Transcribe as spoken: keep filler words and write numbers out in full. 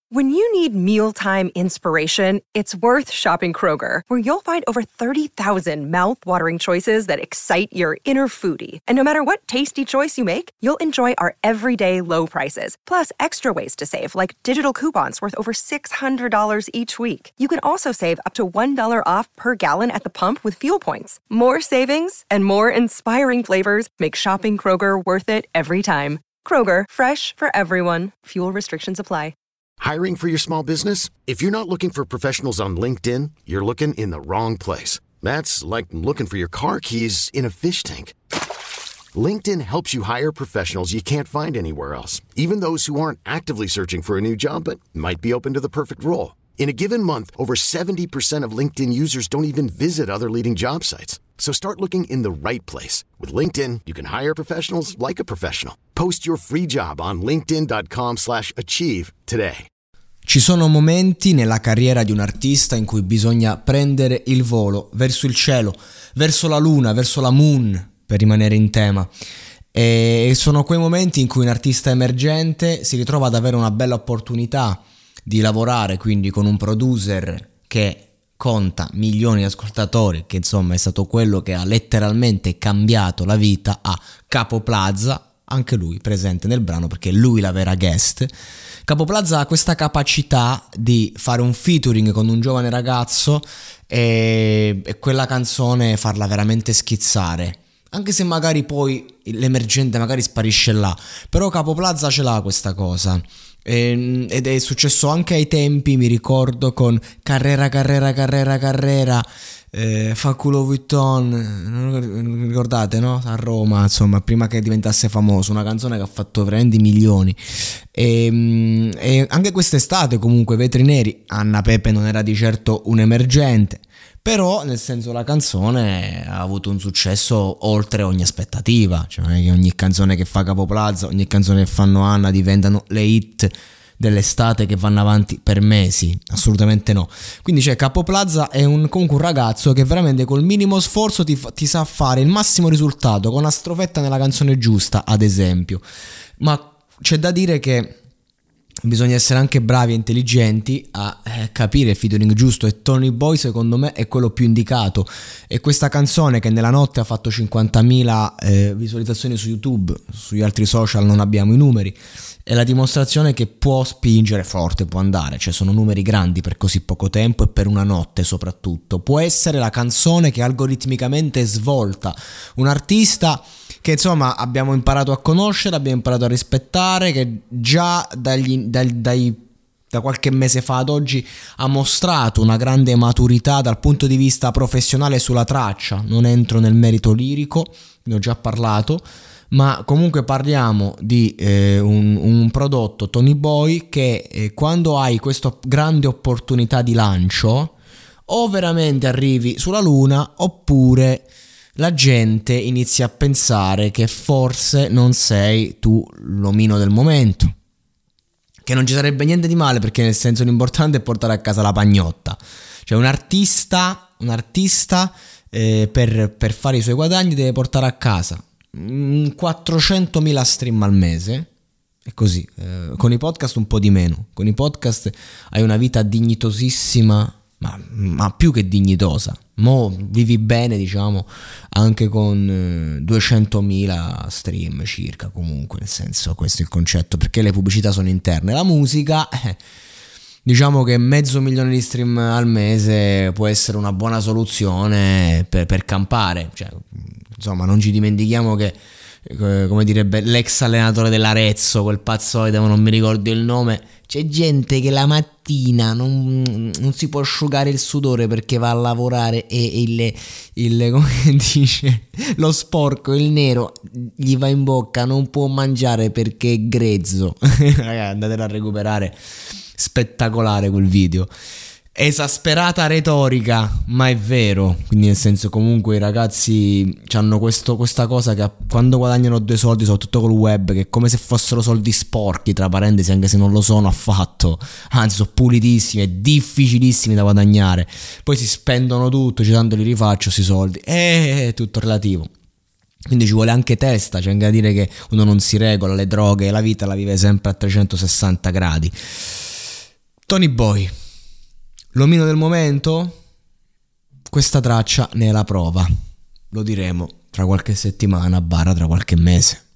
When you need mealtime inspiration, it's worth shopping Kroger, where you'll find over thirty thousand mouth-watering choices that excite your inner foodie. And no matter what tasty choice you make, you'll enjoy our everyday low prices, plus extra ways to save, like digital coupons worth over six hundred dollars each week. You can also save up to one dollar off per gallon at the pump with fuel points. More savings and more inspiring flavors make shopping Kroger worth it every time. Kroger, fresh for everyone. Fuel restrictions apply. Hiring for your small business? If you're not looking for professionals on LinkedIn, you're looking in the wrong place. That's like looking for your car keys in a fish tank. LinkedIn helps you hire professionals you can't find anywhere else, even those who aren't actively searching for a new job but might be open to the perfect role. In a given month, over seventy percent of LinkedIn users don't even visit other leading job sites. So start looking in the right place. With LinkedIn, you can hire professionals like a professional. Post your free job on linkedin dot com slash achieve today. Ci sono momenti nella carriera di un artista in cui bisogna prendere il volo verso il cielo, verso la luna, verso la moon, per rimanere in tema. E sono quei momenti in cui un artista emergente si ritrova ad avere una bella opportunità di lavorare quindi con un producer che conta milioni di ascoltatori, che insomma è stato quello che ha letteralmente cambiato la vita a Capo Plaza, anche lui presente nel brano perché è lui la vera guest. Capo Plaza ha questa capacità di fare un featuring con un giovane ragazzo e, e quella canzone farla veramente schizzare, anche se magari poi l'emergente magari sparisce là, però Capo Plaza ce l'ha questa cosa. Ed è successo anche ai tempi, mi ricordo, con Carrera Carrera Carrera Carrera eh, Fanculo Vuitton, non ricordate, no? A Roma, insomma, prima che diventasse famoso, una canzone che ha fatto veramente milioni. E, e anche quest'estate comunque Vetri Neri, Anna Pepe non era di certo un emergente, però nel senso la canzone ha avuto un successo oltre ogni aspettativa, cioè non è che ogni canzone che fa Capo Plaza, ogni canzone che fanno Anna diventano le hit dell'estate che vanno avanti per mesi, assolutamente no. Quindi c'è Capo Plaza è un, comunque un ragazzo che veramente col minimo sforzo ti, ti sa fare il massimo risultato con una strofetta nella canzone giusta, ad esempio. Ma c'è da dire che bisogna essere anche bravi e intelligenti a eh, capire il featuring giusto, e Tony Boy secondo me è quello più indicato. E questa canzone, che nella notte ha fatto cinquantamila eh, visualizzazioni su YouTube, sugli altri social non abbiamo i numeri, è la dimostrazione che può spingere forte, può andare, cioè sono numeri grandi per così poco tempo e per una notte soprattutto. Può essere la canzone che algoritmicamente svolta un artista che insomma abbiamo imparato a conoscere, abbiamo imparato a rispettare, che già dagli, dai, dai, da qualche mese fa ad oggi ha mostrato una grande maturità dal punto di vista professionale sulla traccia. Non entro nel merito lirico, ne ho già parlato, ma comunque parliamo di eh, un, un prodotto Tony Boy che eh, quando hai questa grande opportunità di lancio o veramente arrivi sulla luna oppure la gente inizia a pensare che forse non sei tu l'omino del momento, che non ci sarebbe niente di male, perché nel senso l'importante è portare a casa la pagnotta. Cioè un artista un artista eh, per, per fare i suoi guadagni deve portare a casa quattrocentomila stream al mese, e così eh, con i podcast un po' di meno. Con i podcast hai una vita dignitosissima, ma, ma più che dignitosa, mo vivi bene, diciamo, anche con eh, duecentomila stream circa, comunque, nel senso, questo è il concetto, perché le pubblicità sono interne. La musica eh, diciamo che mezzo milione di stream al mese può essere una buona soluzione per, per campare, cioè, insomma, non ci dimentichiamo che eh, come direbbe l'ex allenatore dell'Arezzo, quel pazzoide, ma non mi ricordo il nome, c'è gente che la mattina non, non si può asciugare il sudore perché va a lavorare e il, il come dice, lo sporco, il nero gli va in bocca, non può mangiare perché è grezzo. Ragazzi, andatelo a recuperare, spettacolare quel video. Esasperata retorica, ma è vero. Quindi nel senso, comunque i ragazzi hanno questo, questa cosa che quando guadagnano due soldi, soprattutto col web, che è come se fossero soldi sporchi, tra parentesi, anche se non lo sono affatto, anzi sono pulitissimi e difficilissimi da guadagnare. Poi si spendono tutto, cioè tanto li rifaccio questi soldi, è tutto relativo. Quindi ci vuole anche testa, c'è anche da dire che uno non si regola, le droghe, la vita la vive sempre a trecentosessanta gradi. Tony Boy, l'omino del momento? Questa traccia ne è la prova, lo diremo tra qualche settimana, barra tra qualche mese.